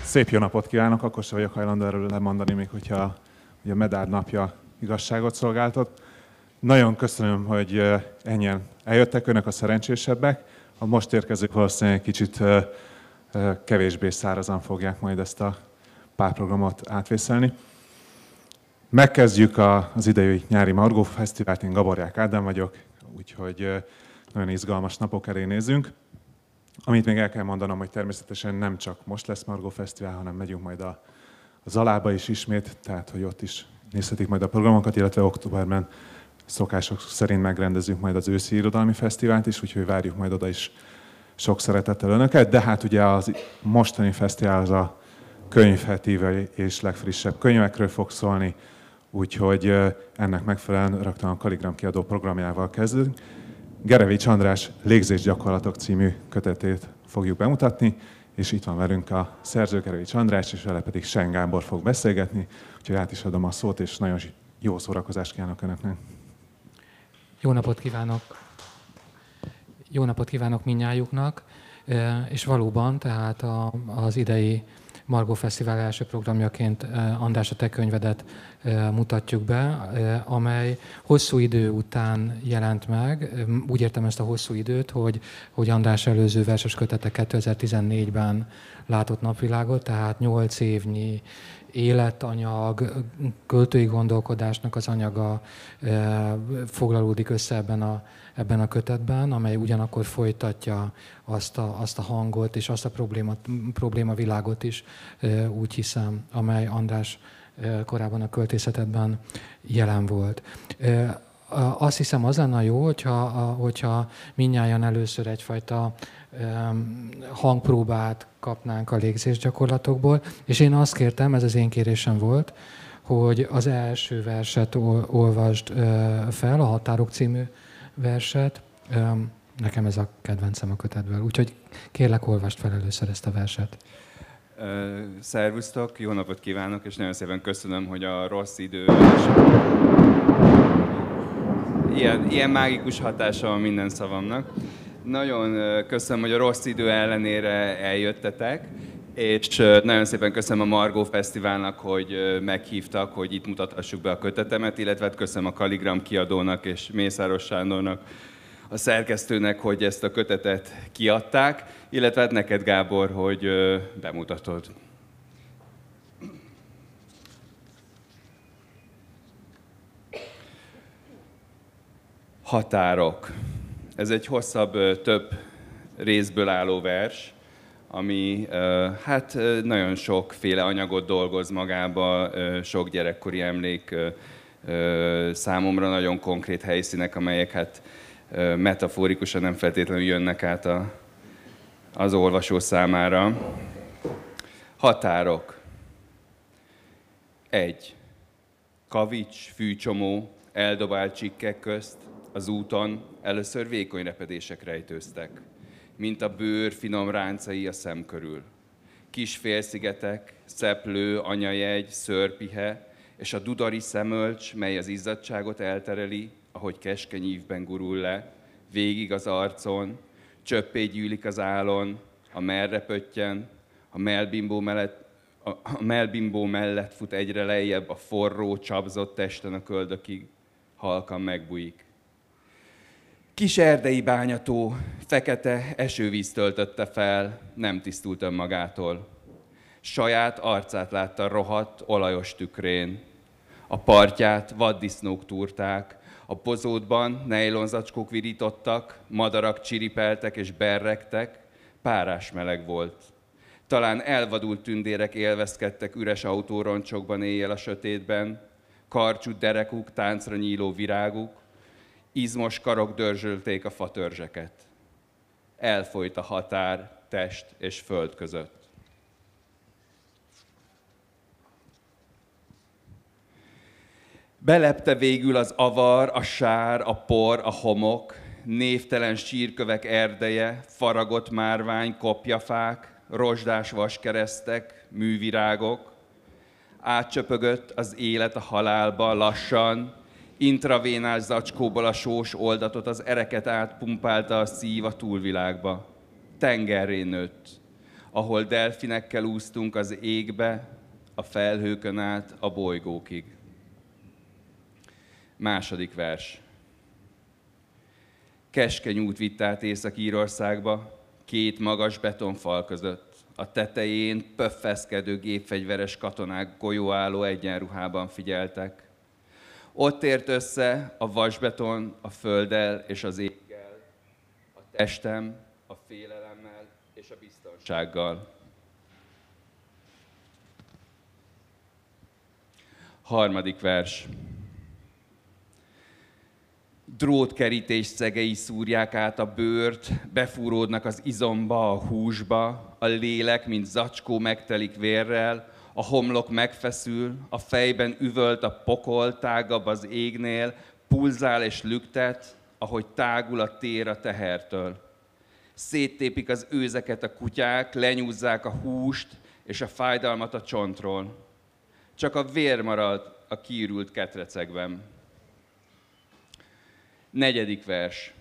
Szép jó napot kívánok, akkor sem vagyok hajlandó erről lemondani, még hogyha a Medárd napja igazságot szolgáltat. Nagyon köszönöm, hogy ennyien eljöttek, önök a szerencsésebbek. A most érkezők valószínűleg kicsit kevésbé szárazan fogják majd ezt a párprogramot átvészelni. Megkezdjük az idei nyári Margó Fesztivált, én Gaborják Ádám vagyok, úgyhogy nagyon izgalmas napok elé nézünk. Amit még el kell mondanom, hogy természetesen nem csak most lesz Margó Fesztivál, hanem megyünk majd a Zalába is ismét, tehát hogy ott is nézhetik majd a programokat, illetve októberben szokások szerint megrendezünk majd az őszi irodalmi fesztivált is, úgyhogy várjuk majd oda is sok szeretettel önöket. De hát ugye az mostani fesztivál az a könyvhetíve és legfrissebb könyvekről fog szólni, úgyhogy ennek megfelelően rögtön a Kaligram kiadó programjával kezdünk. Gerevics András Légzésgyakorlatok című kötetét fogjuk bemutatni, és itt van velünk a szerző Gerevics András, és vele pedig Sen Gábor fog beszélgetni, úgyhogy át is adom a szót, és nagyon jó szórakozást kívánok önöknek. Jó napot kívánok! Jó napot kívánok mindnyájuknak, és valóban, tehát az idei Margó Fesztivál első programjaként András, a te könyvedet mutatjuk be, amely hosszú idő után jelent meg. Úgy értem ezt a hosszú időt, hogy András előző verses kötete 2014-ben látott napvilágot, tehát 8 évnyi életanyag, költői gondolkodásnak az anyaga foglalódik össze ebben a kötetben, amely ugyanakkor folytatja azt a hangot és azt a problémavilágot is, úgy hiszem, amely András korábban a jelen volt. Azt hiszem, az lenne jó, hogyha mindnyájan először egyfajta hangpróbát kapnánk a légzésgyakorlatokból, és én azt kértem, ez az én kérésem volt, hogy az első verset olvasd fel, a Határok című verset. Nekem ez a kedvencem a kötetből, úgyhogy kérlek, olvasd fel először ezt a verset. Szervusztok, jó napot kívánok, és nagyon szépen köszönöm, hogy a rossz idő ilyen mágikus hatása van minden szavamnak. Nagyon köszönöm, hogy a rossz idő ellenére eljöttetek, és nagyon szépen köszönöm a Margó Fesztiválnak, hogy meghívtak, hogy itt mutathassuk be a kötetemet, illetve köszönöm a Kaligram kiadónak és Mészáros Sándornak, a szerkesztőnek, hogy ezt a kötetet kiadták, illetve neked, Gábor, hogy bemutatod. Határok. Ez egy hosszabb, több részből álló vers, ami hát nagyon sokféle anyagot dolgoz magába, sok gyerekkori emlék, számomra nagyon konkrét helyszínek, amelyek hát metaforikusan nem feltétlenül jönnek át az olvasó számára. Határok. 1. Kavics, fűcsomó, eldobált csikkek közt az úton először vékony repedések rejtőztek, mint a bőr finom ráncai a szem körül. Kis félszigetek, szeplő, anyajegy, szőrpihe, és a dudari szemölcs, mely az izzadtságot eltereli, ahogy keskeny ívben gurul le, végig az arcon, csöppé gyűlik az állon, a merre pöttyen, a mellbimbó mellett fut egyre lejjebb a forró, csapzott testen a köldökig, halkan megbújik. Kis erdei bányató, fekete esővíz töltötte fel, nem tisztult önmagától. Saját arcát látta rohadt, olajos tükrén. A partját vaddisznók túrták, a pozótban nejlonzacskók virítottak, madarak csiripeltek és berregtek, párás meleg volt. Talán elvadult tündérek élvezkedtek üres autóroncsokban éjjel a sötétben, karcsú derekuk, táncra nyíló viráguk, izmos karok dörzsölték a fatörzseket. Elfolyt a határ test és föld között. Belepte végül az avar, a sár, a por, a homok, névtelen sírkövek erdeje, faragott márvány, kopjafák, rozsdás vaskeresztek, művirágok. Átcsöpögött az élet a halálba lassan, intravénás zacskóból a sós oldatot, az ereket átpumpálta a szív a túlvilágba. Tengerré nőtt. ahol delfinekkel úsztunk az égbe, a felhőkön át a bolygókig. Második vers. Keskeny út vitt át Észak-Írországba, 2 magas betonfal között. A tetején pöffeszkedő gépfegyveres katonák golyóálló egyenruhában figyeltek. Ott ért össze a vasbeton a földdel és az éggel, a testem a félelemmel és a biztonsággal. Harmadik vers. Drótkerítés szegei szúrják át a bőrt, befúródnak az izomba, a húsba, a lélek, mint zacskó megtelik vérrel, a homlok megfeszül, a fejben üvölt a pokol, tágabb az égnél, pulzál és lüktet, ahogy tágul a tér a tehertől. Széttépik az őzeket a kutyák, lenyúzzák a húst és a fájdalmat a csontról. Csak a vér marad a kiürült ketrecekben. Negyedik vers.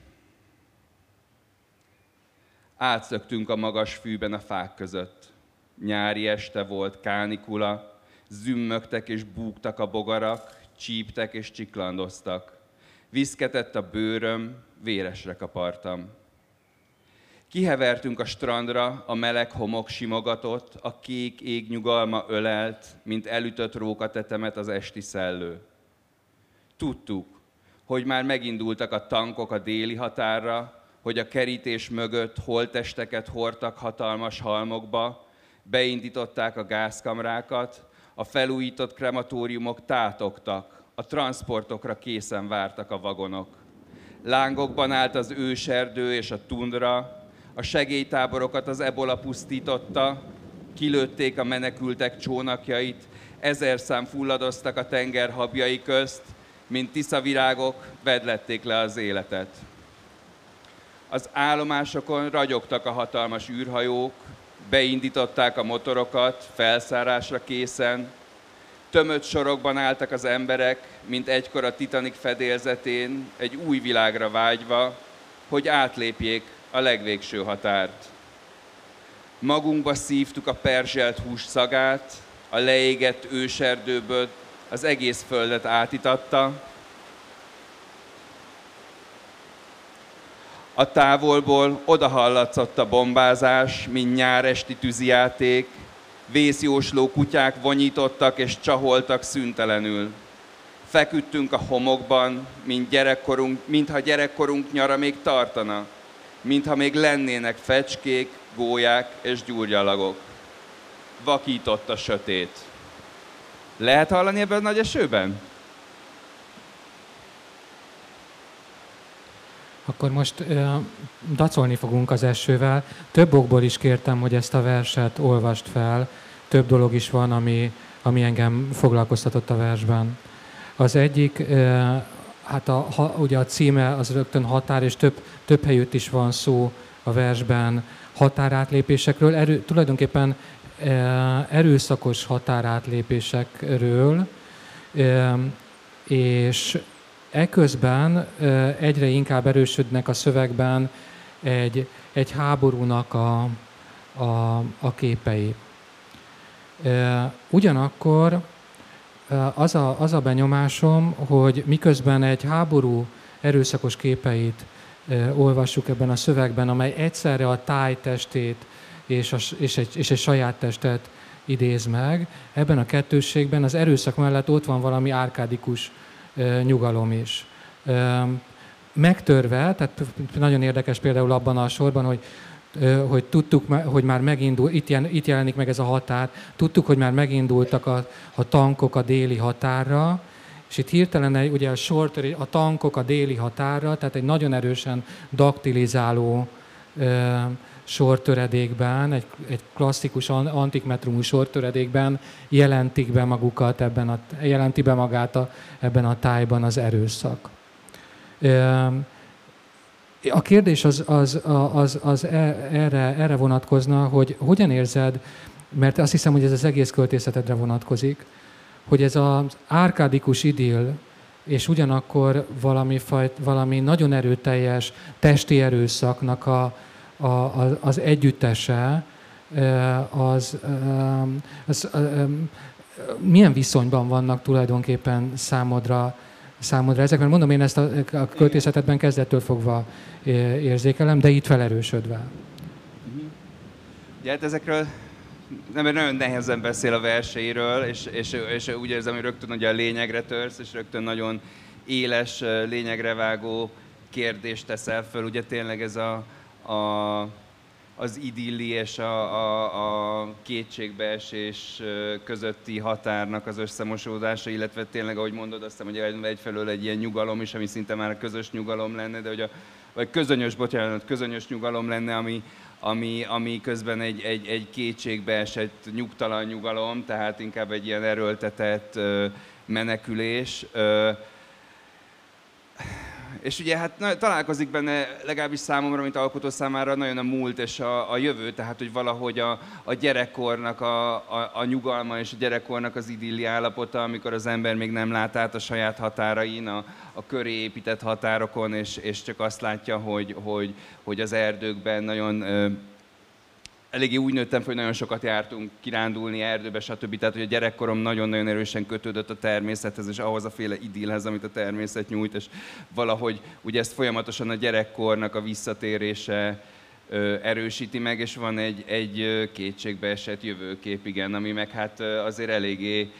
Átszöktünk a magas fűben a fák között. Nyári este volt, kánikula, zümmögtek és búgtak a bogarak, csíptek és csiklandoztak. Viszketett a bőröm, véresre kapartam. Kihevertünk a strandra, a meleg homok simogatott, a kék ég nyugalma ölelt, mint elütött rókatetemet az esti szellő. Tudtuk, hogy már megindultak a tankok a déli határra, hogy a kerítés mögött holttesteket hordtak hatalmas halmokba, beindították a gázkamrákat, a felújított krematóriumok tátogtak, a transportokra készen vártak a vagonok. Lángokban állt az őserdő és a tundra, a segélytáborokat az ebola pusztította, kilőtték a menekültek csónakjait, 1000 szám fulladoztak a tenger habjai közt, mint tiszavirágok, vedlették le az életet. Az állomásokon ragyogtak a hatalmas űrhajók, beindították a motorokat, felszárásra készen, tömött sorokban álltak az emberek, mint egykor a Titanic fedélzetén, egy új világra vágyva, hogy átlépjék a legvégső határt. Magunkba szívtuk a perzselt hús szagát, a leégett őserdőből az egész földet átitatta. A távolból odahallatszott a bombázás, mint nyáresti tűzijáték, vészjósló kutyák vonyítottak és csaholtak szüntelenül. Feküdtünk a homokban, mintha gyerekkorunk nyara még tartana, mintha még lennének fecskék, gólyák és gyúrgyalagok. Vakított a sötét. Lehet hallani ebben a nagy esőben? Akkor most dacolni fogunk az esővel. Több okból is kértem, hogy ezt a verset olvast fel. Több dolog is van, ami engem foglalkoztatott a versben. Az egyik, hát ugye a címe az rögtön határ, és több helyütt is van szó a versben határátlépésekről, tulajdonképpen erőszakos határátlépésekről, és eközben egyre inkább erősödnek a szövegben egy háborúnak a képei. Ugyanakkor az a benyomásom, hogy miközben egy háború erőszakos képeit olvassuk ebben a szövegben, amely egyszerre a táj testét és egy saját testet idéz meg, ebben a kettősségben az erőszak mellett ott van valami árkádikus nyugalom is. Megtörve, tehát nagyon érdekes például abban a sorban, hogy tudtuk, hogy már megindul, itt jelenik meg ez a határ, tudtuk, hogy már megindultak a tankok a déli határra, és itt hirtelen ugye a tankok a déli határra, tehát egy nagyon erősen daktilizáló sortöredékben, egy klasszikus antikmetrumú sortöredékben jelenti be magát ebben a tájban az erőszak. A kérdés az erre vonatkozna, hogy hogyan érzed, mert azt hiszem, hogy ez az egész költészetedre vonatkozik, hogy ez az árkádikus idill, és ugyanakkor valami nagyon erőteljes testi erőszaknak az együttese milyen viszonyban vannak tulajdonképpen számodra ezek? Mert mondom, én ezt a költészetedben kezdettől fogva érzékelem, de itt felerősödve. Ugye, hát ezekről nem, nagyon nehezen beszél a verseiről, és úgy érzem, hogy rögtön ugye a lényegre törsz, és rögtön nagyon éles, lényegre vágó kérdést teszel föl. Ugye tényleg ez az idilli és a kétségbeesés közötti határnak az összemosódása, illetve tényleg, ahogy mondod, azt hiszem, hogy egyfelől egy ilyen nyugalom is, ami szinte már a közös nyugalom lenne, de hogy vagy közönyös nyugalom lenne, ami közben egy kétségbeesett, nyugtalan nyugalom, tehát inkább egy ilyen erőltetett menekülés. És ugye hát találkozik benne, legalábbis számomra, mint alkotó számára, nagyon a múlt és a jövő, tehát hogy valahogy a gyerekkornak a nyugalma és a gyerekkornak az idilli állapota, amikor az ember még nem lát át a saját határain, a köré épített határokon, és csak azt látja, hogy az erdőkben nagyon... Eléggé úgy nőttem fel, hogy nagyon sokat jártunk kirándulni erdőbe, stb. Tehát, hogy a gyerekkorom nagyon-nagyon erősen kötődött a természethez, és ahhoz a féle idillhez, amit a természet nyújt, és valahogy ugye ezt folyamatosan a gyerekkornak a visszatérése erősíti meg, és van egy kétségbeesett jövőkép, igen, ami meg hát azért eléggé,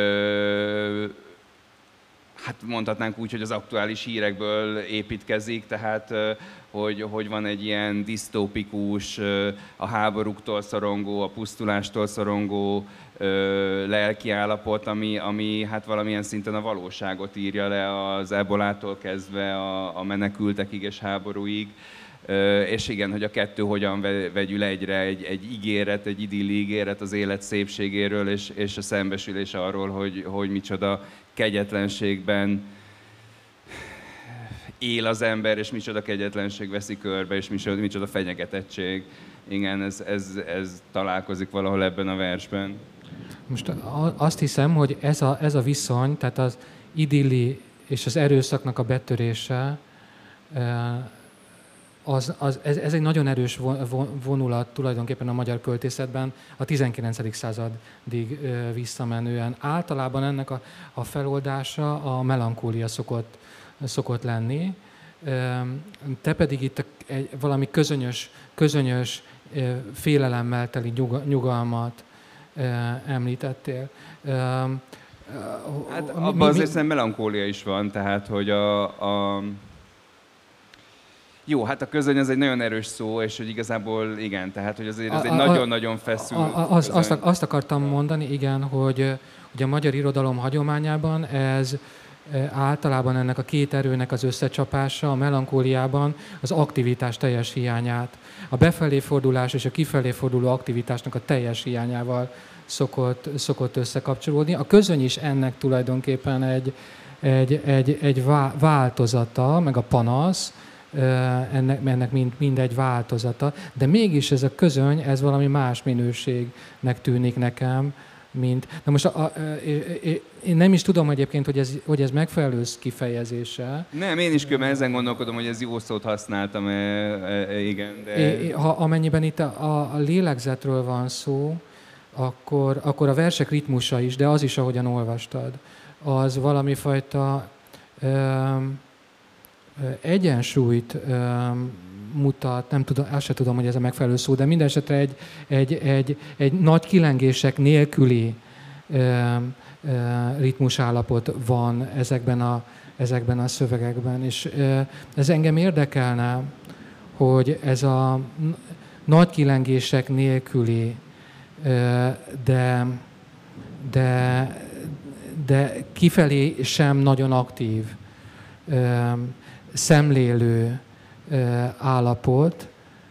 hát mondhatnánk úgy, hogy az aktuális hírekből építkezik, tehát hogy van egy ilyen disztópikus, a háborúktól szorongó, a pusztulástól szorongó lelkiállapot, ami hát valamilyen szinten a valóságot írja le az ebolától kezdve a menekültekig és háborúig. És igen, hogy a kettő hogyan vegyül egyre, egy ígéret, egy idilli ígéret az élet szépségéről, és a szembesülés arról, hogy micsoda kegyetlenségben él az ember, és micsoda kegyetlenség veszi körbe, és micsoda fenyegetettség. Igen, ez találkozik valahol ebben a versben. Most azt hiszem, hogy ez a viszony, tehát az idilli és az erőszaknak a betörése, ez egy nagyon erős vonulat tulajdonképpen a magyar költészetben a 19. századig visszamenően. Általában ennek a feloldása a melankólia szokott lenni. Te pedig itt valami közönyös félelemmel teli nyugalmat említettél. Hát abban azért szerintem melankólia is van, tehát hogy jó, hát a közöny az egy nagyon erős szó, és hogy igazából igen, tehát hogy azért ez egy nagyon-nagyon feszült azt akartam mondani, igen, hogy ugye a magyar irodalom hagyományában ez általában ennek a két erőnek az összecsapása, a melankóliában az aktivitás teljes hiányát, a befelé fordulás és a kifelé forduló aktivitásnak a teljes hiányával szokott összekapcsolódni. A közöny is ennek tulajdonképpen egy változata, meg a panasz, ennek mind egy változata, de mégis ez a közöny, ez valami más minőségnek tűnik nekem, mint... Na most én nem is tudom egyébként, hogy ez megfelelő kifejezése. Nem, én is ezen gondolkodom, hogy ez jó szót használtam, igen, de... Amennyiben itt a lélegzetről van szó, akkor a versek ritmusa is, de az is, ahogyan olvastad, az valami fajta egyensúlyt mutat, nem tudom, azt sem tudom, hogy ez a megfelelő szó, de minden esetre egy nagy kilengések nélküli ritmusállapot van ezekben a szövegekben. És ez engem érdekelne, hogy ez a nagy kilengések nélküli, de kifelé sem nagyon aktív, szemlélő állapot.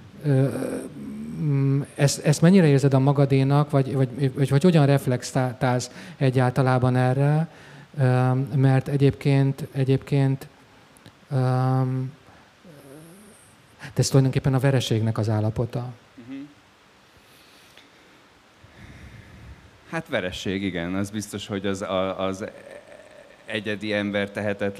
Ezt mennyire érzed a magadénak, vagy hogyan reflektálsz egyáltalában erre? Mert egyébként ez tulajdonképpen a vereségnek az állapota. Hát veresség, igen. Az biztos, hogy az egyedi ember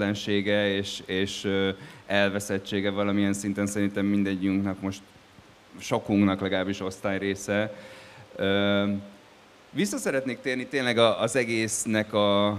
tehetetlensége és elveszettsége valamilyen szinten szerintem mindegyünknek most sokunknak legalábbis osztályrésze. Vissza szeretnék térni tényleg az egésznek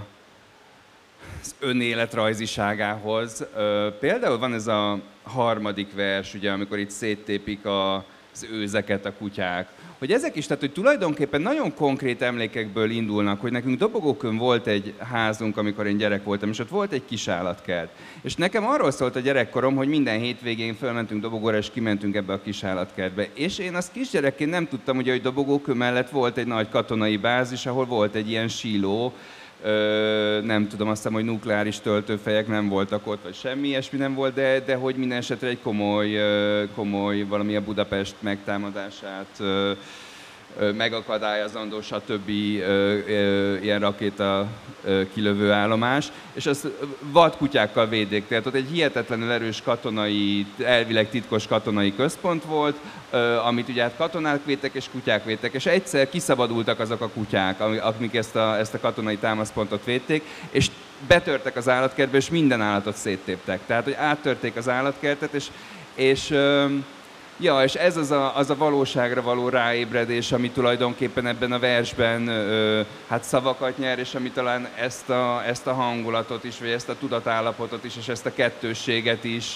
az önéletrajziságához. Például van ez a harmadik vers, ugye, amikor itt széttépik az őzeket a kutyák. Hogy ezek is, tehát hogy tulajdonképpen nagyon konkrét emlékekből indulnak, hogy nekünk Dobogókön volt egy házunk, amikor én gyerek voltam, és ott volt egy kis állatkert. És nekem arról szólt a gyerekkorom, hogy minden hétvégén fölmentünk Dobogóra, és kimentünk ebbe a kis állatkertbe. És én azt kisgyerekként nem tudtam, hogy Dobogókön mellett volt egy nagy katonai bázis, ahol volt egy ilyen síló, nem tudom, azt hiszem, hogy nukleáris töltőfejek nem voltak ott, vagy semmi ilyesmi nem volt, de hogy minden esetre egy komoly valami a Budapest megtámadását megakadályozandó, stb. Ilyen rakéta kilövő állomás, és azt vadkutyákkal védték. Tehát ott egy hihetetlenül erős katonai, elvileg titkos katonai központ volt, amit ugye hát katonák védtek és kutyák védtek, és egyszer kiszabadultak azok a kutyák, akik ezt a katonai támaszpontot védték, és betörtek az állatkertbe, és minden állatot széttéptek. Tehát, hogy áttörték az állatkertet, és ez az a valóságra való ráébredés, ami tulajdonképpen ebben a versben hát szavakat nyer, és ami talán ezt a hangulatot is, vagy ezt a tudatállapotot is, és ezt a kettősséget is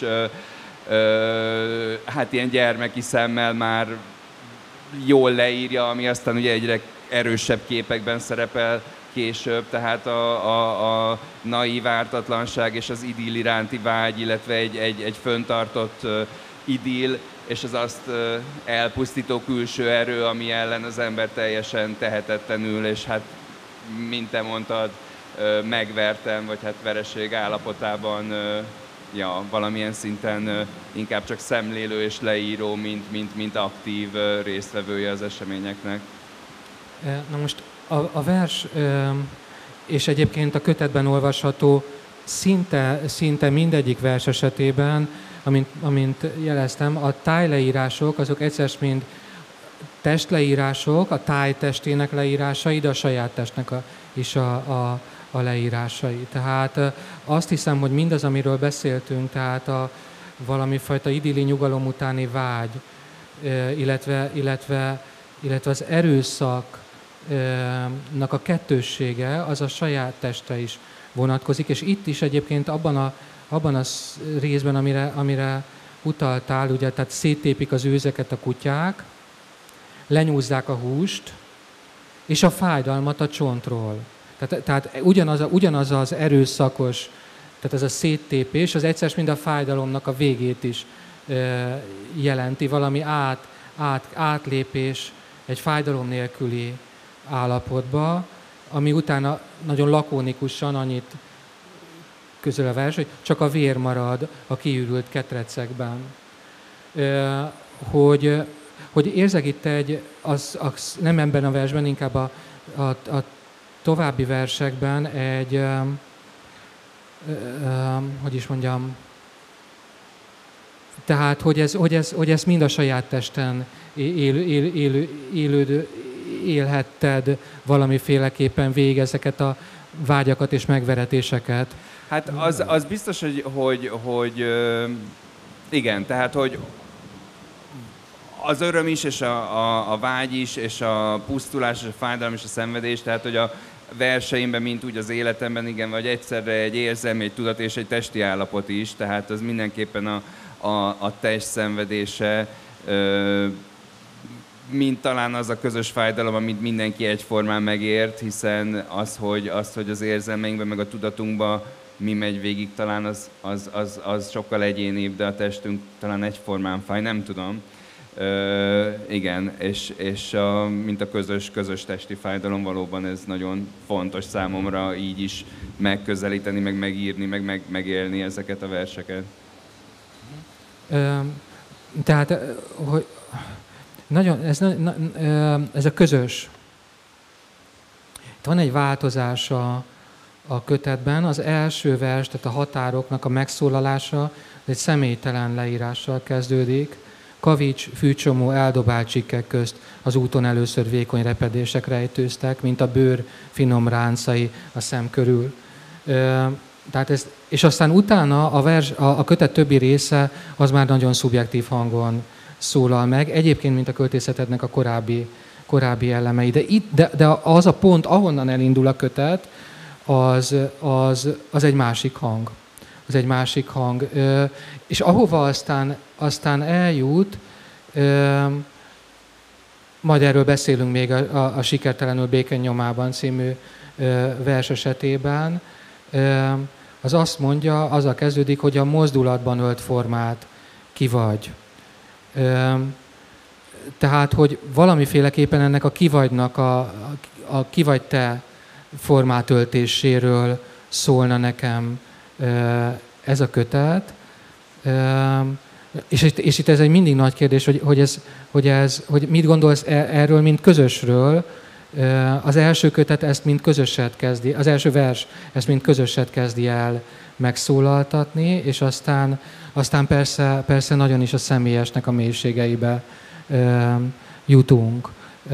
hát ilyen gyermeki szemmel már jól leírja, ami aztán ugye egyre erősebb képekben szerepel később, tehát a naív ártatlanság és az idill iránti vágy, illetve egy föntartott idill, és az azt elpusztító külső erő, ami ellen az ember teljesen tehetetlenül, és hát, mint te mondtad, megvertem, vagy hát vereség állapotában, valamilyen szinten inkább csak szemlélő és leíró, mint aktív résztvevője az eseményeknek. Na most a vers, és egyébként a kötetben olvasható szinte mindegyik vers esetében, amint jeleztem, a tájleírások, azok egyszer mind testleírások, a táj testének leírásai, de a saját testnek is a leírásai. Tehát azt hiszem, hogy mindaz, amiről beszéltünk, tehát a valami fajta idilli nyugalom utáni vágy, illetve az erőszaknak a kettőssége, az a saját testre is vonatkozik, és itt is egyébként abban a részben, amire utaltál, ugye, tehát széttépik az őzeket a kutyák, lenyúzzák a húst, és a fájdalmat a csontról. Tehát ugyanaz az erőszakos, tehát ez a széttépés, az egyszer mind a fájdalomnak a végét is jelenti, valami átlépés egy fájdalom nélküli állapotba, ami utána nagyon lakonikusan annyit közöl a vers, hogy csak a vér marad a kiürült ketrecekben. Hogy érzek itt nem ebben a versben, inkább a további versekben egy, hogy is mondjam, tehát, hogy ez mind a saját testen élhetted valamiféleképpen végig ezeket a vágyakat és megveretéseket. Hát az biztos, hogy igen, tehát, hogy az öröm is, és a vágy is, és a pusztulás, és a fájdalom, és a szenvedés, tehát, hogy a verseimben, mint úgy az életemben, igen, vagy egyszerre egy érzelmi, egy tudat és egy testi állapot is, tehát az mindenképpen a test szenvedése, mint talán az a közös fájdalom, amit mindenki egyformán megért, hiszen hogy az érzelmeinkben, meg a tudatunkban mi megy végig, talán az sokkal egyénibb, de a testünk talán egyformán fáj, nem tudom. Igen, és mint a közös testi fájdalom, valóban ez nagyon fontos számomra így is megközelíteni, meg megírni, meg megélni ezeket a verseket. Tehát, hogy nagyon, ez a közös. Itt van egy változás a kötetben. Az első vers, tehát a határoknak a megszólalása, egy személytelen leírással kezdődik. Kavics, fűcsomó, eldobált csikkek közt az úton először vékony repedések rejtőztek, mint a bőr finom ráncai a szem körül. És aztán utána a kötet többi része az már nagyon szubjektív hangon szólal meg, egyébként, mint a költészetednek a korábbi elemei. De az a pont, ahonnan elindul a kötet, az egy másik hang. Az egy másik hang. És ahova aztán eljut, majd erről beszélünk még a Sikertelenül béke nyomában című vers esetében, az azt mondja, azzal kezdődik, hogy a mozdulatban ölt formát ki vagy. Tehát, hogy valamiféleképpen ennek a kivagynak, a kivagy te formátöltéséről szólna nekem ez a kötet. És itt ez egy mindig nagy kérdés, hogy mit gondolsz erről, mint közösről. Az első kötet ezt mint közöset kezdi, az első vers ezt mint közöset kezdi el megszólaltatni, és aztán persze nagyon is a személyesnek a mélységeibe jutunk.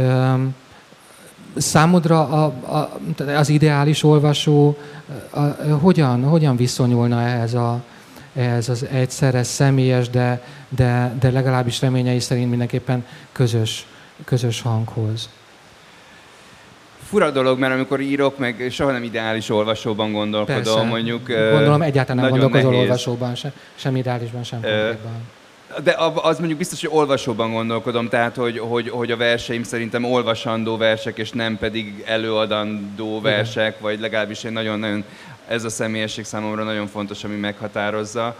Számodra az ideális olvasó hogyan viszonyulna ehhez az egyszerre személyes, de legalábbis reményei szerint mindenképpen közös hanghoz? Fura dolog, mert amikor írok, meg soha nem ideális olvasóban gondolkodom, persze. Mondjuk. Gondolom egyáltalán nem gondolkozol nehéz. Olvasóban, sem ideálisban, sem konkrétban. De az mondjuk biztos, hogy olvasóban gondolkodom, tehát hogy a verseim szerintem olvasandó versek, és nem pedig előadandó versek, vagy legalábbis egy nagyon-nagyon, ez a személyesség számomra nagyon fontos, ami meghatározza.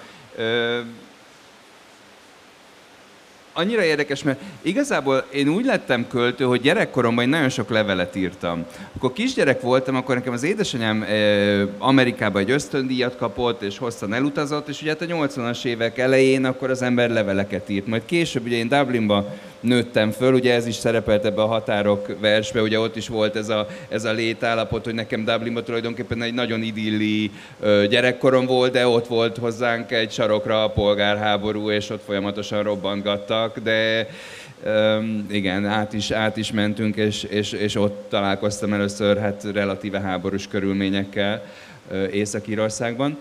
Annyira érdekes, mert igazából én úgy lettem költő, hogy gyerekkoromban én nagyon sok levelet írtam. Akkor kisgyerek voltam, akkor nekem az édesanyám Amerikába egy ösztöndíjat kapott, és hosszan elutazott, és ugye hát a 80-as évek elején akkor az ember leveleket írt. Majd később ugye én Dublinba nőttem föl, ugye ez is szerepelt ebbe a Határok versbe, ugye ott is volt ez a létállapot, hogy nekem Dublinban tulajdonképpen egy nagyon idilli gyerekkorom volt, de ott volt hozzánk egy sarokra a polgárháború, és ott folyamatosan robbantgattak, de igen, át is mentünk, és ott találkoztam először hát relatíve háborús körülményekkel Észak-Írországban.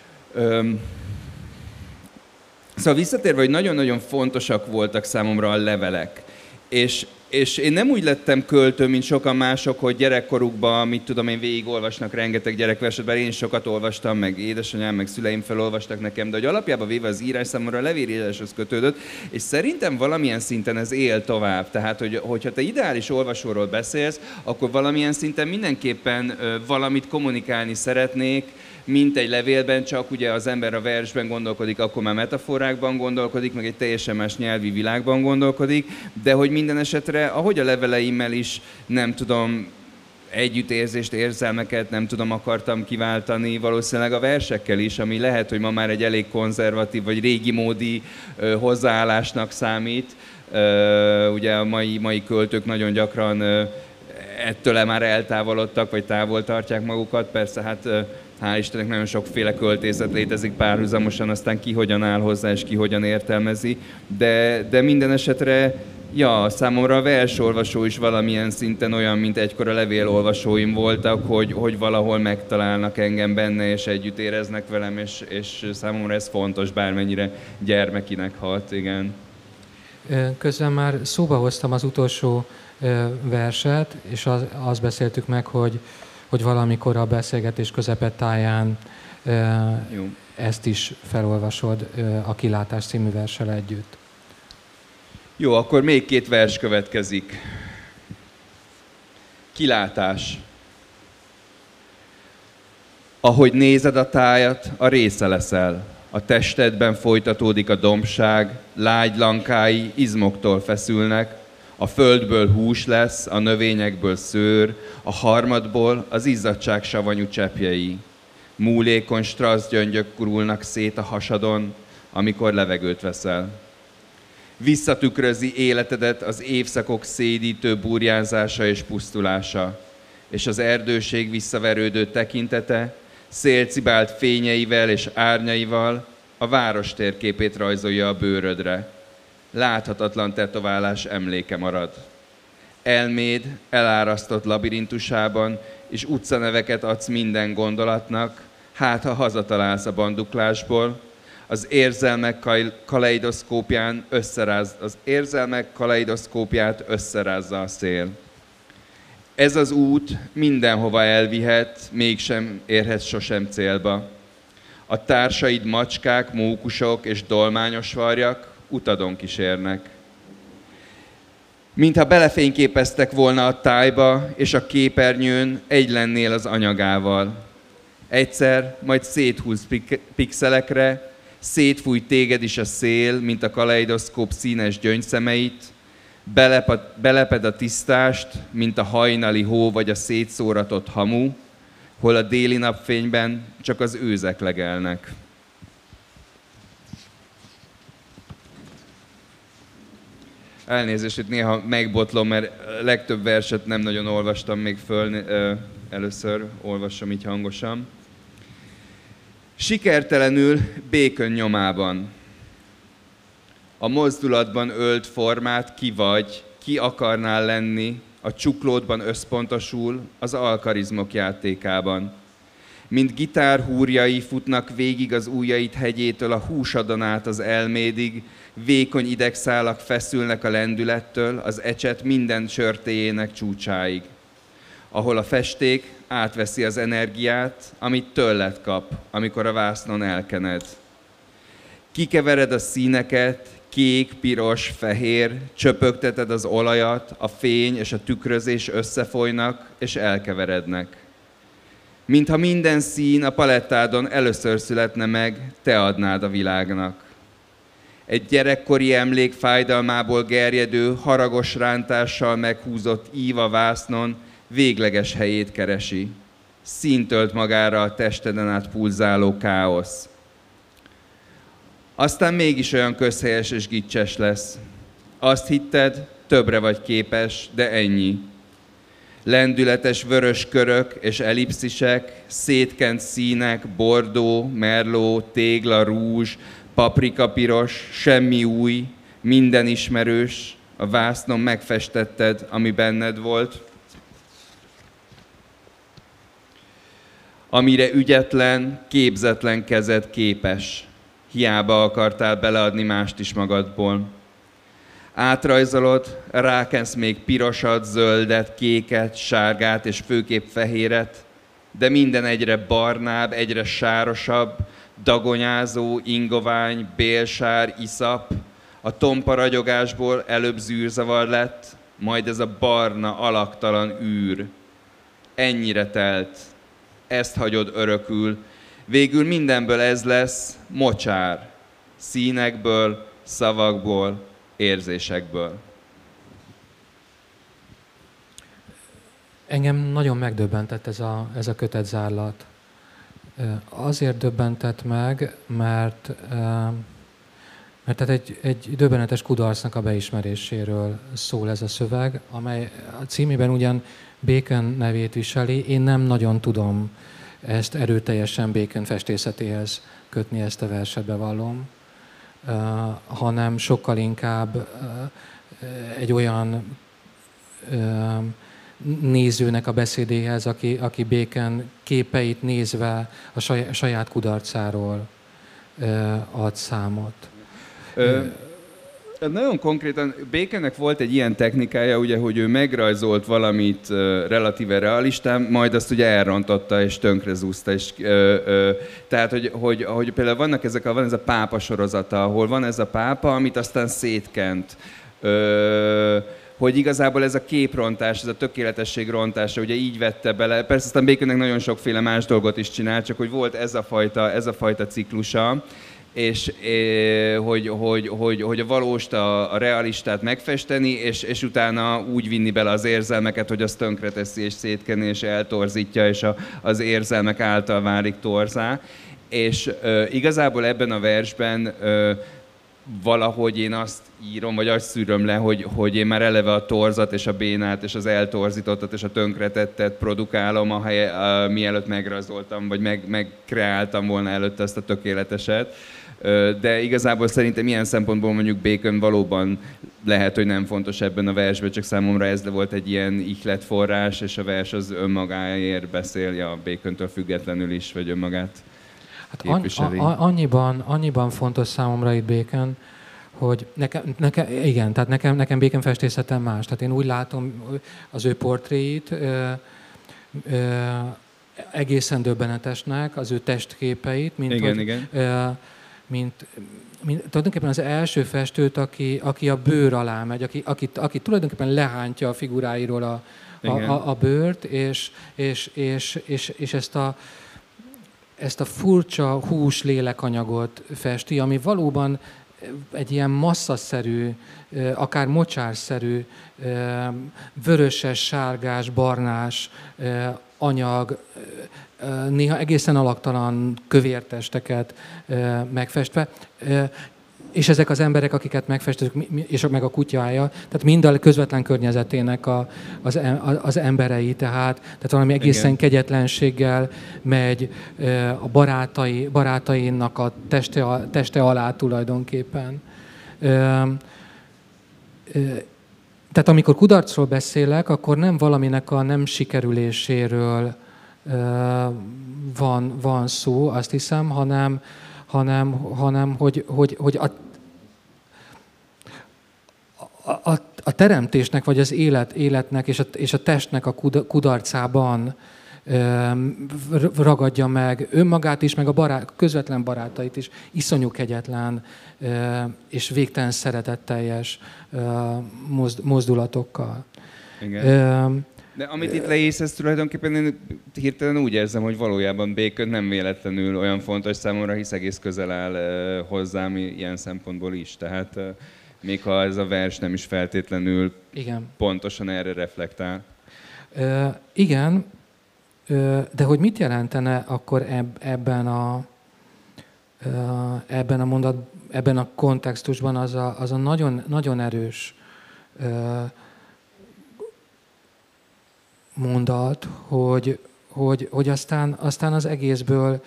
Szóval visszatérve, hogy nagyon-nagyon fontosak voltak számomra a levelek. És én nem úgy lettem költő, mint sokan mások, hogy gyerekkorukban, mit tudom én, végigolvasnak rengeteg gyerekverset, bár én sokat olvastam, meg édesanyám, meg szüleim felolvastak nekem, de hogy alapjában véve az írás számomra a levélíráshoz kötődött, és szerintem valamilyen szinten ez él tovább. Tehát, hogyha te ideális olvasóról beszélsz, akkor valamilyen szinten mindenképpen valamit kommunikálni szeretnék, mint egy levélben, csak ugye az ember a versben gondolkodik, akkor már metaforákban gondolkodik, meg egy teljesen más nyelvi világban gondolkodik, de hogy minden esetre, ahogy a leveleimmel is, nem tudom, együttérzést, érzelmeket nem tudom, akartam kiváltani, valószínűleg a versekkel is, ami lehet, hogy ma már egy elég konzervatív vagy régi módi hozzáállásnak számít. Ugye a mai költők nagyon gyakran ettől már eltávolodtak, vagy távol tartják magukat, persze hát hál' Istennek nagyon sokféle költészet létezik párhuzamosan, aztán ki hogyan áll hozzá, és ki hogyan értelmezi. De minden esetre, számomra a versolvasó is valamilyen szinten olyan, mint egykor a levélolvasóim voltak, hogy valahol megtalálnak engem benne, és együtt éreznek velem, és számomra ez fontos, bármennyire gyermekinek hat, igen. Közben már szóba hoztam az utolsó verset, és azt beszéltük meg, hogy valamikor a beszélgetés közepetáján ezt is felolvasod a Kilátás című verssel együtt. Jó, akkor még 2 vers következik. Kilátás. Ahogy nézed a tájat, a része leszel. A testedben folytatódik a dombság, lágylankái izmoktól feszülnek, a földből hús lesz, a növényekből szőr, a harmadból az izzadság savanyú cseppjei. Múlékony strasszgyöngyök gurulnak szét a hasadon, amikor levegőt veszel. Visszatükrözi életedet az évszakok szédítő burjánzása és pusztulása, és az erdőség visszaverődő tekintete, szélcibált fényeivel és árnyaival a város térképét rajzolja a bőrödre. Láthatatlan tetoválás emléke marad. Elméd elárasztott labirintusában, és utcaneveket adsz minden gondolatnak, hát ha hazatalálsz a banduklásból, az érzelmek kaleidoszkópját összerázza a szél. Ez az út mindenhova elvihet, mégsem érhet sosem célba. A társaid macskák, mókusok és dolmányos varjak utadon kísérnek. Mintha belefényképeztek volna a tájba, és a képernyőn egy lennél az anyagával. Egyszer majd széthúz pixelekre, szétfúj téged is a szél, mint a kaleidoszkóp színes gyöngyszemeit, beleped a tisztást, mint a hajnali hó vagy a szétszóratott hamu, hol a déli napfényben csak az őzek legelnek. Elnézést, hogy néha megbotlom, mert legtöbb verset nem nagyon olvastam még föl, először olvasom így hangosan. Sikertelenül Bacon nyomában. A mozdulatban ölt formát ki vagy, ki akarnál lenni, a csuklódban összpontosul, az alkarizmok játékában. Mint gitárhúrjai futnak végig az ujjait hegyétől a húsadon át az elmédig, vékony idegszálak feszülnek a lendülettől, az ecset minden csörtéjének csúcsáig. Ahol a festék átveszi az energiát, amit tőled kap, amikor a vásznon elkened. Kikevered a színeket, kék, piros, fehér, csöpögteted az olajat, a fény és a tükrözés összefolynak és elkeverednek. Mintha minden szín a palettádon először születne meg, te adnád a világnak. Egy gyerekkori emlék fájdalmából gerjedő, haragos rántással meghúzott ív a vásznon végleges helyét keresi. Színt ölt magára a testeden át pulzáló káosz. Aztán mégis olyan közhelyes és gicses lesz. Azt hitted, többre vagy képes, de ennyi. Lendületes vörös körök és ellipszisek, szétkent színek, bordó, merló, tégla, rúzs, paprikapiros, semmi új, minden ismerős, a vásznon megfestetted, ami benned volt. Amire ügyetlen, képzetlen kezed képes. Hiába akartál beleadni mást is magadból. Átrajzolod, rákensz még pirosat, zöldet, kéket, sárgát és főképp fehéret, de minden egyre barnább, egyre sárosabb, dagonyázó, ingovány, bélsár, iszap, a tompa ragyogásból előbb zűrzavar lett, majd ez a barna, alaktalan űr. Ennyire telt, ezt hagyod örökül, végül mindenből ez lesz mocsár, színekből, szavakból, érzésekből. Engem nagyon megdöbbentett ez a kötetzárlat. Azért döbbentett meg, mert tehát egy döbbenetes kudarcnak a beismeréséről szól ez a szöveg, amely a címében ugyan Bacon nevét viseli. Én nem nagyon tudom ezt erőteljesen Bacon festészetéhez kötni, ezt a verset, bevallom, hanem sokkal inkább egy olyan nézőnek a beszédéhez, aki Bacon képeit nézve a saját kudarcáról ad számot. Nagyon konkrétan Baconnek volt egy ilyen technikája, ugye, hogy ő megrajzolt valamit relatíve realistán, majd azt ugye elrontotta és tönkrezúzta. Tehát, hogy például van ez a pápa sorozata, ahol van ez a pápa, amit aztán szétkent. Hogy igazából ez a képrontás, ez a tökéletesség rontása, ugye így vette bele. Persze aztán Baconnek nagyon sokféle más dolgot is csinál, csak hogy volt ez a fajta ciklusa, és hogy a valóst, a realistát megfesteni, és utána úgy vinni bele az érzelmeket, hogy az tönkreteszi, és szétkeni, és eltorzítja, és az érzelmek által válik torzá. És igazából ebben a versben valahogy én azt írom, vagy azt szűröm le, hogy én már eleve a torzat, és a bénát, és az eltorzítottat, és a tönkretettet produkálom, mielőtt megrajzoltam, vagy megkreáltam volna előtte ezt a tökéleteset. De igazából szerintem ilyen szempontból mondjuk Bacon valóban lehet, hogy nem fontos ebben a versben, csak számomra ez volt egy ilyen ihletforrás, és a vers az önmagáért beszélje, a Bacontől függetlenül is, vagy önmagát. képviseli. Annyiban fontos számomra itt Bacon, hogy nekem Bacon festészetem más. Tehát én úgy látom az ő portréit egészen döbbenetesnek, az ő testképeit, mint tulajdonképpen az első festőt, aki a bőr alá megy, aki tulajdonképpen lehántja a figuráiról a bőrt, és ezt a furcsa hús lélekanyagot festi, ami valóban egy ilyen masszaszerű, akár mocsárszerű, vöröses, sárgás, barnás anyag, néha egészen alaktalan kövértesteket megfestve. És ezek az emberek, akiket megfestünk, és meg a kutyája, tehát mind a közvetlen környezetének az emberei, tehát valami egészen kegyetlenséggel megy a barátainak a teste alá tulajdonképpen. Tehát amikor kudarcról beszélek, akkor nem valaminek a nem sikerüléséről van szó, azt hiszem, hanem hogy a teremtésnek, vagy az életnek és a testnek a kudarcában ragadja meg önmagát is, meg a közvetlen barátait is, iszonyú kegyetlen és végtelen szeretetteljes mozdulatokkal. Igen. De amit itt leírsz, ez tulajdonképpen én hirtelen úgy érzem, hogy valójában Bacon nem véletlenül olyan fontos számomra, hisz egész közel áll hozzám ilyen szempontból is. Tehát még ha ez a vers nem is feltétlenül pontosan erre reflektál. Igen, de hogy mit jelentene akkor ebben a kontextusban az a nagyon, nagyon erős mondat, hogy aztán az egészből,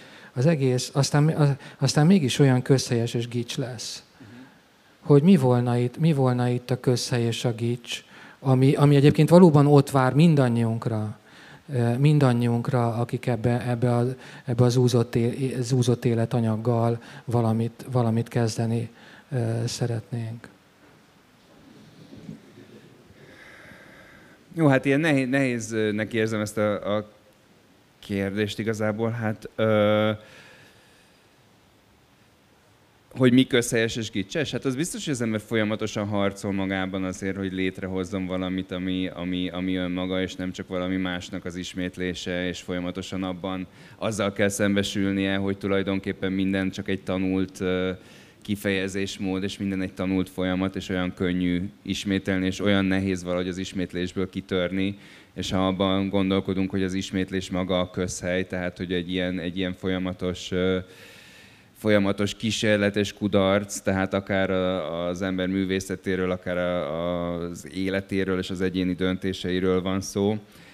aztán mégis olyan közhelyes és gics lesz. Hogy mi volna itt a közhely és a gics, ami egyébként valóban ott vár mindannyiunkra, akik ebbe az zúzott életanyaggal valamit kezdeni szeretnénk. Jó, hát ilyen nehéznek érzem ezt a kérdést igazából. Hát, hogy mi közhelyes és gicses? Hát az biztos, hogy az ember folyamatosan harcol magában azért, hogy létrehozzon valamit, ami önmaga, és nem csak valami másnak az ismétlése, és folyamatosan azzal kell szembesülnie, hogy tulajdonképpen minden csak egy tanult kifejezésmód, és minden egy tanult folyamat, és olyan könnyű ismételni, és olyan nehéz valahogy az ismétlésből kitörni, és ha abban gondolkodunk, hogy az ismétlés maga a közhely, tehát hogy egy ilyen folyamatos kísérlet és kudarc, tehát akár az ember művészetéről, akár az életéről és az egyéni döntéseiről van szó.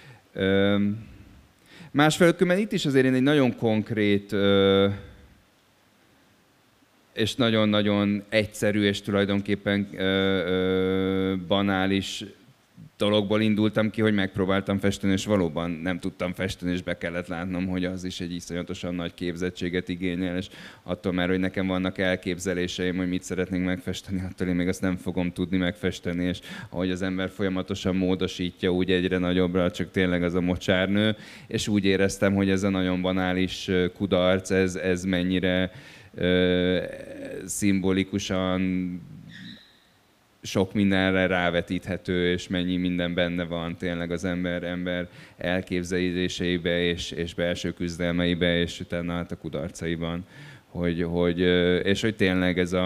Másfelől itt is azért én egy nagyon konkrét és nagyon-nagyon egyszerű és tulajdonképpen banális dologból indultam ki, hogy megpróbáltam festeni, és valóban nem tudtam festeni, és be kellett látnom, hogy az is egy iszonyatosan nagy képzettséget igényel, és attól már, hogy nekem vannak elképzeléseim, hogy mit szeretnénk megfesteni, attól én még azt nem fogom tudni megfesteni, és ahogy az ember folyamatosan módosítja, úgy egyre nagyobbra, csak tényleg az a mocsárnő, és úgy éreztem, hogy ez a nagyon banális kudarc, ez mennyire szimbolikusan sok mindenre rávetíthető, és mennyi minden benne van tényleg az ember elképzeléseibe és belső küzdelmeibe, és utána hát a kudarcaiban. És hogy tényleg ez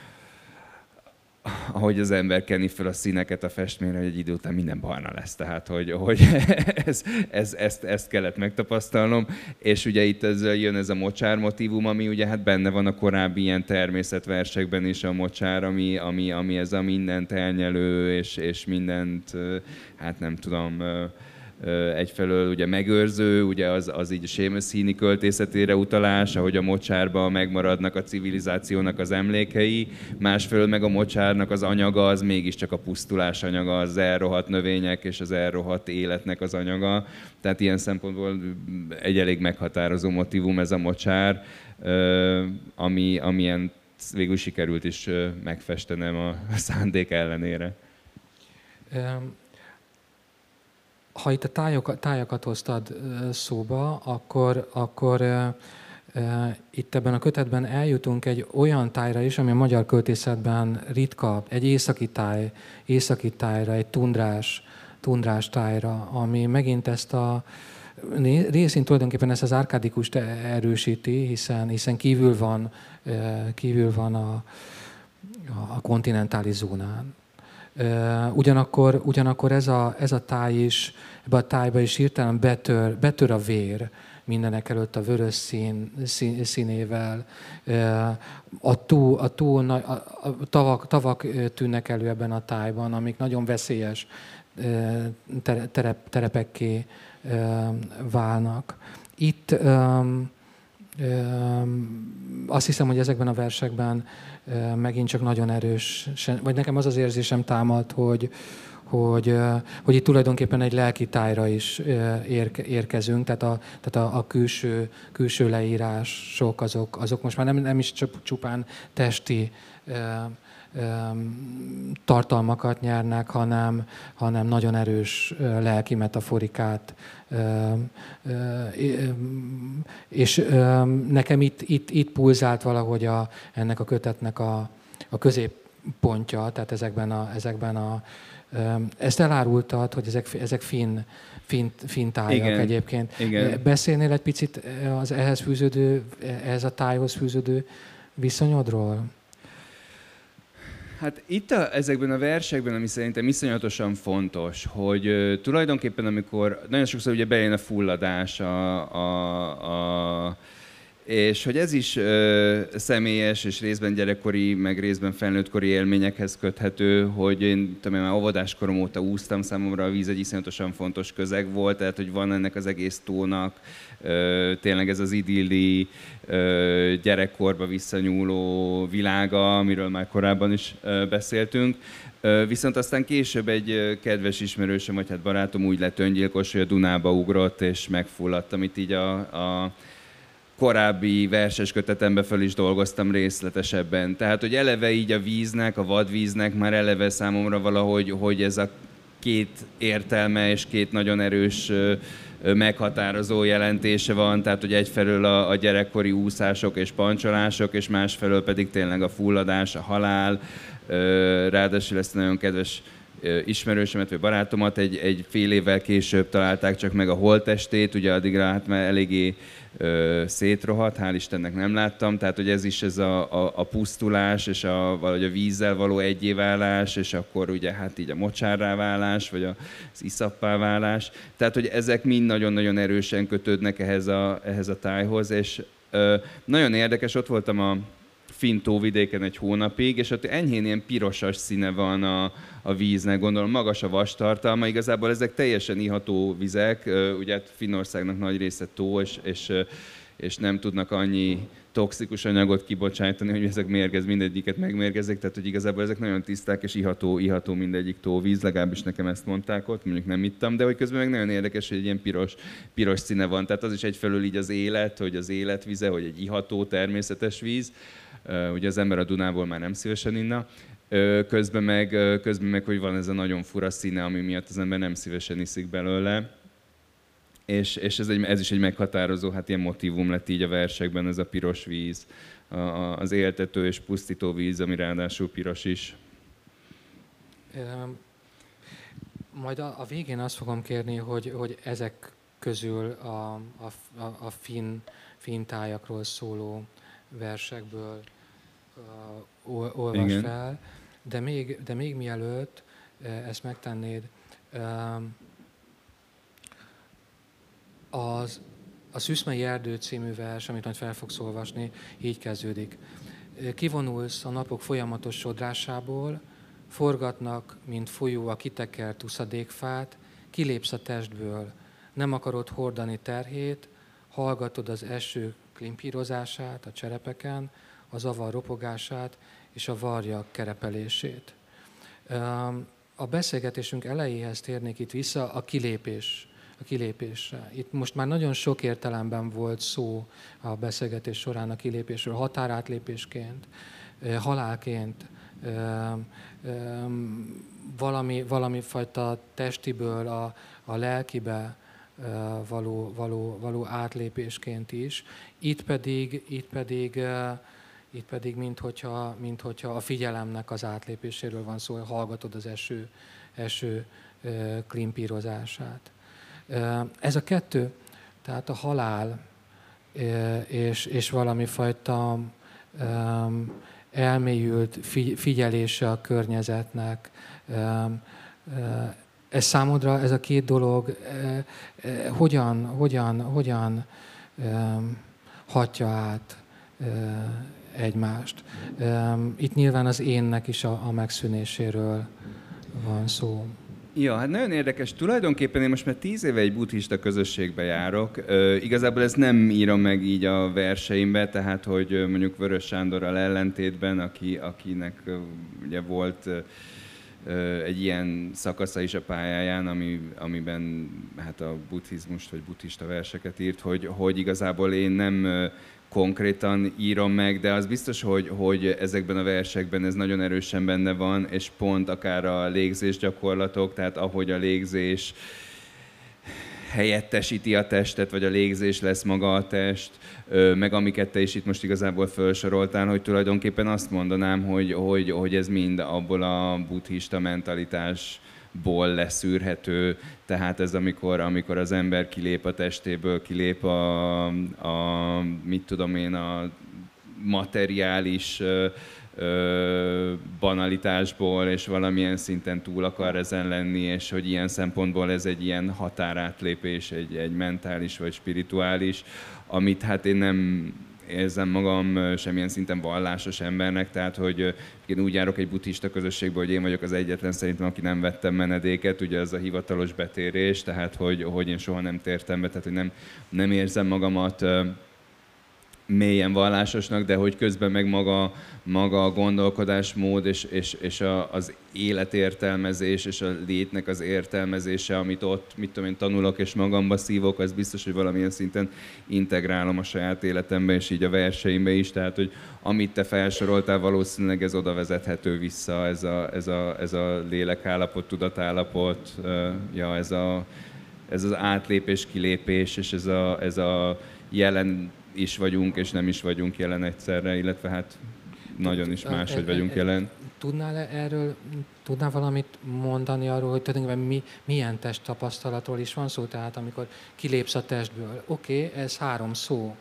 ahogy az ember kenni fel a színeket a festményre, hogy egy idő után minden barna lesz. Tehát, hogy ezt kellett megtapasztalnom. És ugye itt jön ez a mocsár motívum, ami ugye hát benne van a korábbi ilyen természetversekben is a mocsár, ami ez a mindent elnyelő, és mindent, hát nem tudom, Egyfelől ugye megőrző, ugye az így a sémöszíni költészetére utalás, ahogy a mocsárban megmaradnak a civilizációnak az emlékei, másfelől meg a mocsárnak az anyaga az mégiscsak a pusztulás anyaga, az elrohadt növények és az elrohadt életnek az anyaga. Tehát ilyen szempontból egy elég meghatározó motívum ez a mocsár, amilyen végül sikerült is megfestenem a szándék ellenére. Ha itt a tájakat hoztad szóba, akkor itt ebben a kötetben eljutunk egy olyan tájra is, ami a magyar költészetben ritka, egy északi tájra, egy tundrás tájra, ami megint ezt a részint tulajdonképpen ezt az árkádikust erősíti, hiszen kívül van a kontinentális zónán. Ugyanakkor ez a táj is, ebbe a tájba is hirtelen betör a vér, mindenek előtt a vörös színével. A tavak tűnnek elő ebben a tájban, amik nagyon veszélyes terepekké válnak. Itt azt hiszem, hogy ezekben a versekben megint csak nagyon erős, vagy nekem az az érzésem támad, hogy itt tulajdonképpen egy lelki tájra is érkezünk, tehát a külső leírások azok most már nem is csupán testi tartalmakat nyernek, hanem nagyon erős lelki metaforikát. És nekem itt pulzált valahogy ennek a kötetnek a középpontja, tehát ezekben ezt elárultad, hogy ezek finn tájak. Igen, egyébként. Igen. Beszélnél egy picit ehhez a tájhoz fűződő viszonyodról? Hát itt ezekben a versekben, ami szerintem iszonyatosan fontos, hogy tulajdonképpen amikor nagyon sokszor ugye bejön a fulladás, és hogy ez is személyes, és részben gyerekkori, meg részben felnőttkori élményekhez köthető, hogy én már óvodáskorom óta úsztam, számomra a víz egy iszonyatosan fontos közeg volt, tehát hogy van ennek az egész tónak tényleg ez az idilli, gyerekkorba visszanyúló világa, amiről már korábban is beszéltünk. Viszont aztán később egy kedves ismerősöm, vagy hát barátom úgy lett öngyilkos, hogy a Dunába ugrott, és megfulladt, amit így a korábbi verses kötetemben föl is dolgoztam részletesebben. Tehát, hogy eleve így a víznek, a vadvíznek már eleve számomra valahogy, hogy ez a két értelme és két nagyon erős meghatározó jelentése van, tehát hogy egyfelől a gyerekkori úszások és pancsolások, és másfelől pedig tényleg a fulladás, a halál. Ráadásul ezt nagyon kedves ismerősömet vagy barátomat egy fél évvel később találták csak meg a holttestét, ugye addigra hát már eléggé szétrohadt, hál' Istennek nem láttam, tehát hogy ez is ez a pusztulás, és valahogy a vízzel való egyéválás, és akkor ugye hát így a mocsárrá válás, vagy az iszappá válás. Tehát, hogy ezek mind nagyon-nagyon erősen kötődnek ehhez a tájhoz, és nagyon érdekes, ott voltam a finn tóvidéken egy hónapig, és ott enyhén ilyen pirosas színe van a víznek, gondolom magas a vastartalma, igazából ezek teljesen iható vizek, ugye hát Finnországnak nagy része tó, és nem tudnak annyi toxikus anyagot kibocsájtani, hogy ezek mindegyiket megmérgezik, tehát hogy igazából ezek nagyon tiszták és iható mindegyik tóvíz, legalábbis nekem ezt mondták ott, mondjuk nem ittam, de hogy közben meg nagyon érdekes, hogy egy ilyen piros színe van, tehát az is egyfelől így az élet, hogy az életvize, hogy egy iható természetes víz, ugye az ember a Dunából már nem szívesen inna, közben meg hogy van ez a nagyon fura színe, ami miatt az ember nem szívesen iszik belőle. És ez is egy meghatározó, hát ilyen motívum lett így a versekben, ez a piros víz, az éltető és pusztító víz, ami ráadásul piros is. Majd a végén azt fogom kérni, hogy ezek közül a finn tájakról szóló versekből olvas fel, de még mielőtt ezt megtennéd, a Szüszmei Erdő című vers, amit majd fel fogsz olvasni, így kezdődik. Kivonulsz a napok folyamatos sodrásából, forgatnak, mint folyó a kitekert uszadékfát, kilépsz a testből, nem akarod hordani terhét, hallgatod az eső klimpírozását a cserepeken, a zavar ropogását és a varjak kerepelését. A beszélgetésünk elejéhez térnék itt vissza, a kilépésre. Itt most már nagyon sok értelemben volt szó a beszélgetés során a kilépésről, határátlépésként, halálként, valami fajta testiből a lelkibe való átlépésként is. Itt pedig minthogyha a figyelemnek az átlépéséről van szó, hogy hallgatod az eső klimpírozását. Ez a kettő, tehát a halál és valami fajta elmélyült figyelése a környezetnek. Ez számodra, ez a két dolog hogyan hatja át egymást. Itt nyilván az énnek is a megszűnéséről van szó. Ja, hát nagyon érdekes. Tulajdonképpen én most már 10 éve egy buddhista közösségbe járok. Igazából ezt nem írom meg így a verseimbe, tehát hogy mondjuk Vörös Sándorral ellentétben, akinek ugye volt egy ilyen szakasza is a pályáján, amiben hát a buddhizmust vagy buddhista verseket írt, hogy igazából én nem konkrétan írom meg, de az biztos, hogy ezekben a versekben ez nagyon erősen benne van, és pont akár a légzés gyakorlatok, tehát ahogy a légzés helyettesíti a testet, vagy a légzés lesz maga a test, meg amiket te is itt most igazából felsoroltál, hogy tulajdonképpen azt mondanám, hogy ez mind abból a buddhista mentalitásból leszűrhető, tehát ez amikor az ember kilép a testéből, kilép a mit tudom én, a materiális banalitásból, és valamilyen szinten túl akar ezen lenni, és hogy ilyen szempontból ez egy ilyen határátlépés, egy mentális vagy spirituális, amit hát én nem érzem magam semmilyen szinten vallásos embernek, tehát hogy én úgy járok egy buddhista közösségbe, hogy én vagyok az egyetlen szerintem, aki nem vettem menedéket, ugye ez a hivatalos betérés, tehát hogy én soha nem tértem be, tehát hogy nem érzem magamat mélyen vallásosnak, de hogy közben meg maga a gondolkodásmód és az életértelmezés és a létnek az értelmezése, amit ott, mit tudom én, tanulok és magamba szívok, az biztos, hogy valamilyen szinten integrálom a saját életembe és így a verseimbe is, tehát hogy amit te felsoroltál, valószínűleg ez oda vezethető vissza, ez a lélekállapot, tudatállapot, ja, ez az átlépés, kilépés, és ez a jelen is vagyunk, és nem is vagyunk jelen egyszerre, illetve hát nagyon is máshogy vagyunk jelen. Tudnál valamit mondani arról, hogy tulajdonképpen milyen testtapasztalatról is van szó? Tehát amikor kilépsz a testből, oké, ez 3 szó,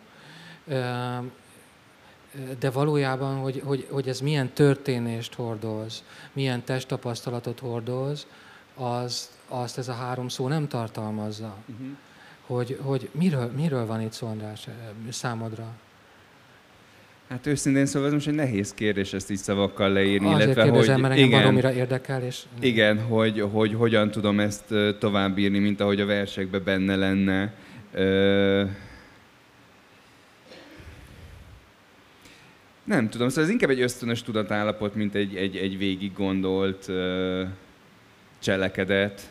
de valójában, hogy ez milyen történést hordoz, milyen testtapasztalatot hordoz, azt ez a 3 szó nem tartalmazza. Uh-huh. Hogy miről van itt szó, András, számodra? Hát őszintén szóval ez most egy nehéz kérdés ezt így szavakkal leírni. Azért illetve, kérdezem, hogy mert engem baromira érdekel. És... Igen, hogy hogyan tudom ezt továbbírni, mint ahogy a versekben benne lenne. Nem tudom, szóval ez inkább egy ösztönös tudatállapot, mint egy végig gondolt cselekedet.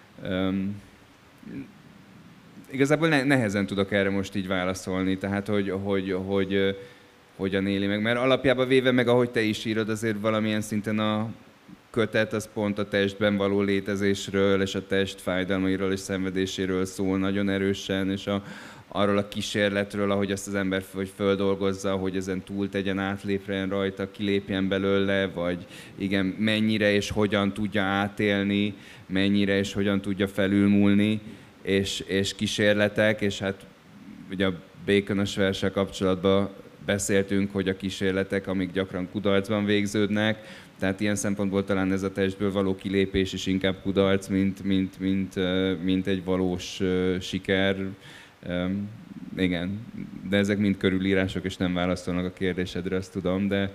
Igazából nehezen tudok erre most így válaszolni, tehát hogy hogyan éli meg. Mert alapjában véve meg, ahogy te is írod, azért valamilyen szinten a kötet az pont a testben való létezésről, és a test fájdalmairól és szenvedéséről szól nagyon erősen, és arról a kísérletről, ahogy azt az ember földolgozza, hogy ezen túl tegyen, átlépjen rajta, kilépjen belőle, vagy igen, mennyire és hogyan tudja átélni, mennyire és hogyan tudja felülmúlni, és kísérletek, és hát ugye a Baconos verssel kapcsolatban beszéltünk, hogy a kísérletek, amik gyakran kudarcban végződnek, tehát ilyen szempontból talán ez a testből való kilépés is inkább kudarc, mint egy valós siker. Igen, de ezek mind körülírások, és nem válaszolnak a kérdésedre, azt tudom, de...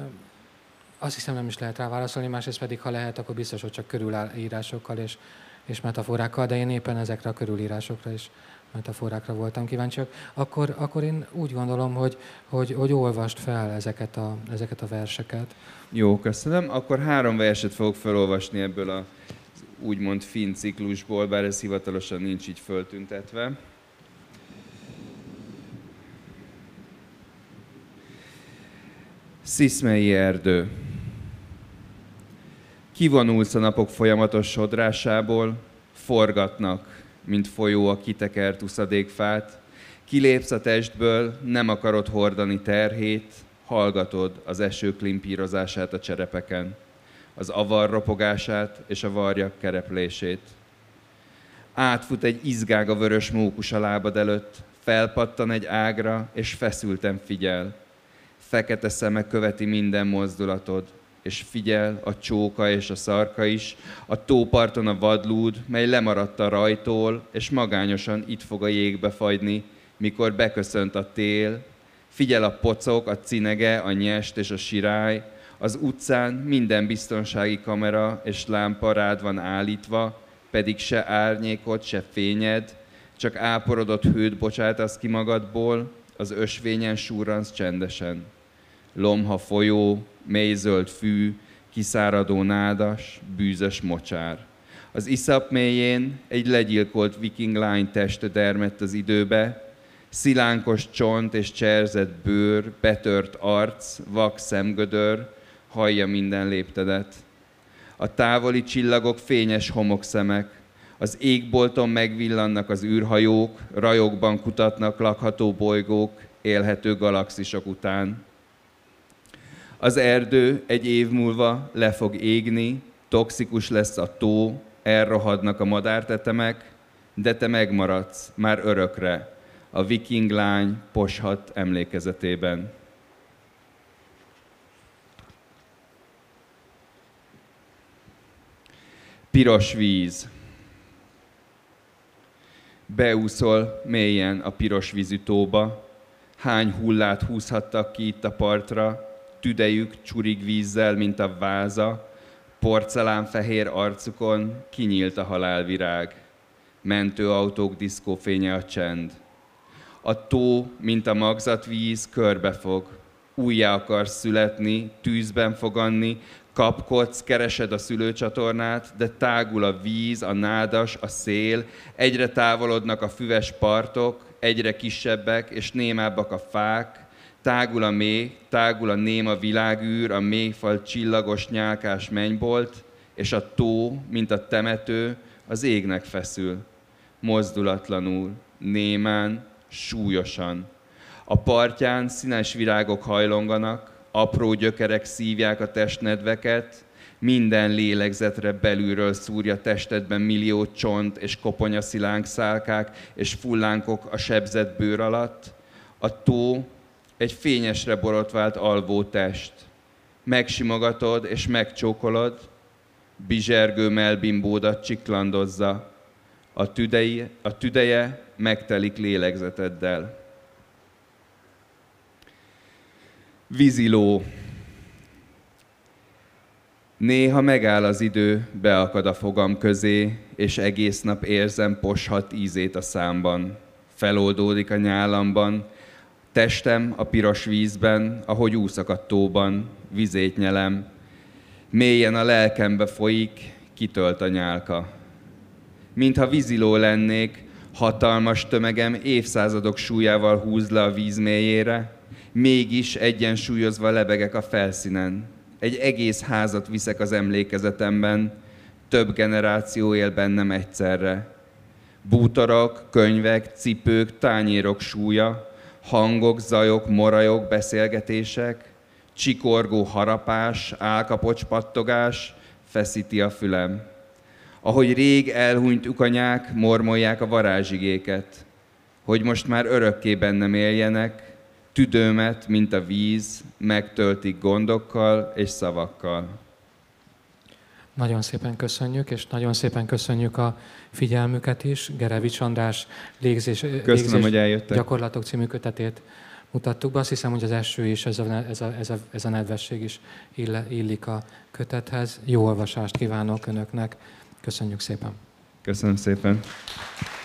Azt hiszem, nem is lehet rá válaszolni, másrészt pedig, ha lehet, akkor biztos, hogy csak körülírásokkal és metaforákkal, de én éppen ezekre a körülírásokra is metaforákra voltam kíváncsiak. Akkor én úgy gondolom, hogy olvast fel ezeket a verseket. Jó, köszönöm. Akkor 3 verset fogok felolvasni ebből a úgymond finn ciklusból, bár ez hivatalosan nincs így föltüntetve. Sziszmei erdő. Kivonulsz a napok folyamatos sodrásából, forgatnak, mint folyó a kitekert uszadékfát. Kilépsz a testből, nem akarod hordani terhét, hallgatod az eső klimpírozását a cserepeken, az avar ropogását és a varjak kereplését. Átfut egy izgág a vörös mókus a lábad előtt, felpattan egy ágra, és feszülten figyel. Fekete szeme követi minden mozdulatod, és figyel a csóka és a szarka is, a tóparton a vadlúd, mely lemaradt a rajtól, és magányosan itt fog a jégbe fagyni, mikor beköszönt a tél. Figyel a pocok, a cinege, a nyest és a sirály. Az utcán minden biztonsági kamera és lámpa rád van állítva, pedig se árnyékod, se fényed, csak áporodott hőt bocsátasz ki magadból, az ösvényen surransz csendesen. Lomha folyó, mélyzöld fű, kiszáradó nádas, bűzös mocsár. Az iszap mélyén egy legyilkolt viking lány teste dermedt az időbe, szilánkos csont és cserzett bőr, betört arc, vak szemgödör, hallja minden léptedet. A távoli csillagok fényes homokszemek, az égbolton megvillannak az űrhajók, rajokban kutatnak lakható bolygók, élhető galaxisok után. Az erdő egy év múlva le fog égni, toxikus lesz a tó, elrohadnak a madártetemek, de te megmaradsz már örökre a viking lány poshat emlékezetében. Piros víz. Beúszol mélyen a piros vízű tóba, hány hullát húzhattak ki itt a partra, tüdejük csurig vízzel, mint a váza, porcelánfehér arcukon kinyílt a halálvirág, mentőautók diszkófénye a csend. A tó, mint a magzatvíz, körbefog, újjá akarsz születni, tűzben foganni, kapkodsz, keresed a szülőcsatornát, de tágul a víz, a nádas, a szél, egyre távolodnak a füves partok, egyre kisebbek és némábbak a fák, tágul a mély, tágul a néma világűr, a mélyfal csillagos nyálkás mennybolt, és a tó, mint a temető, az égnek feszül, mozdulatlanul, némán, súlyosan. A partján színes virágok hajlonganak, apró gyökerek szívják a testnedveket, minden lélegzetre belülről szúrja testedben millió csont és koponyaszilánk szálkák és fullánkok a sebzett bőr alatt. A tó egy fényesre borotvált alvó test. Megsimogatod és megcsókolod, bizsergő mellbimbódat csiklandozza. A tüdeje megtelik lélegzeteddel. Víziló. Néha megáll az idő, beakad a fogam közé, és egész nap érzem poshat ízét a számban. Feloldódik a nyálamban, testem a piros vízben, ahogy úszak a tóban, vizét nyelem. Mélyen a lelkembe folyik, kitölt a nyálka. Mintha víziló lennék, hatalmas tömegem évszázadok súlyával húz le a víz mélyére, mégis egyensúlyozva lebegek a felszínen. Egy egész házat viszek az emlékezetemben, több generáció él bennem egyszerre. Bútorok, könyvek, cipők, tányérok súlya, hangok, zajok, morajok, beszélgetések, csikorgó harapás, álkapocs pattogás feszíti a fülem. Ahogy rég elhunyt ukanyák mormolják a varázsigéket, hogy most már örökké bennem éljenek, tüdőmet, mint a víz, megtöltik gondokkal és szavakkal. Nagyon szépen köszönjük, és nagyon szépen köszönjük a figyelmüket is. Gerevics András Légzés hogy eljöttek. Gyakorlatok című kötetét mutattuk be. Azt hiszem, hogy az első is, ez a nedvesség is illik a kötethez. Jó olvasást kívánok Önöknek. Köszönjük szépen. Köszönöm szépen.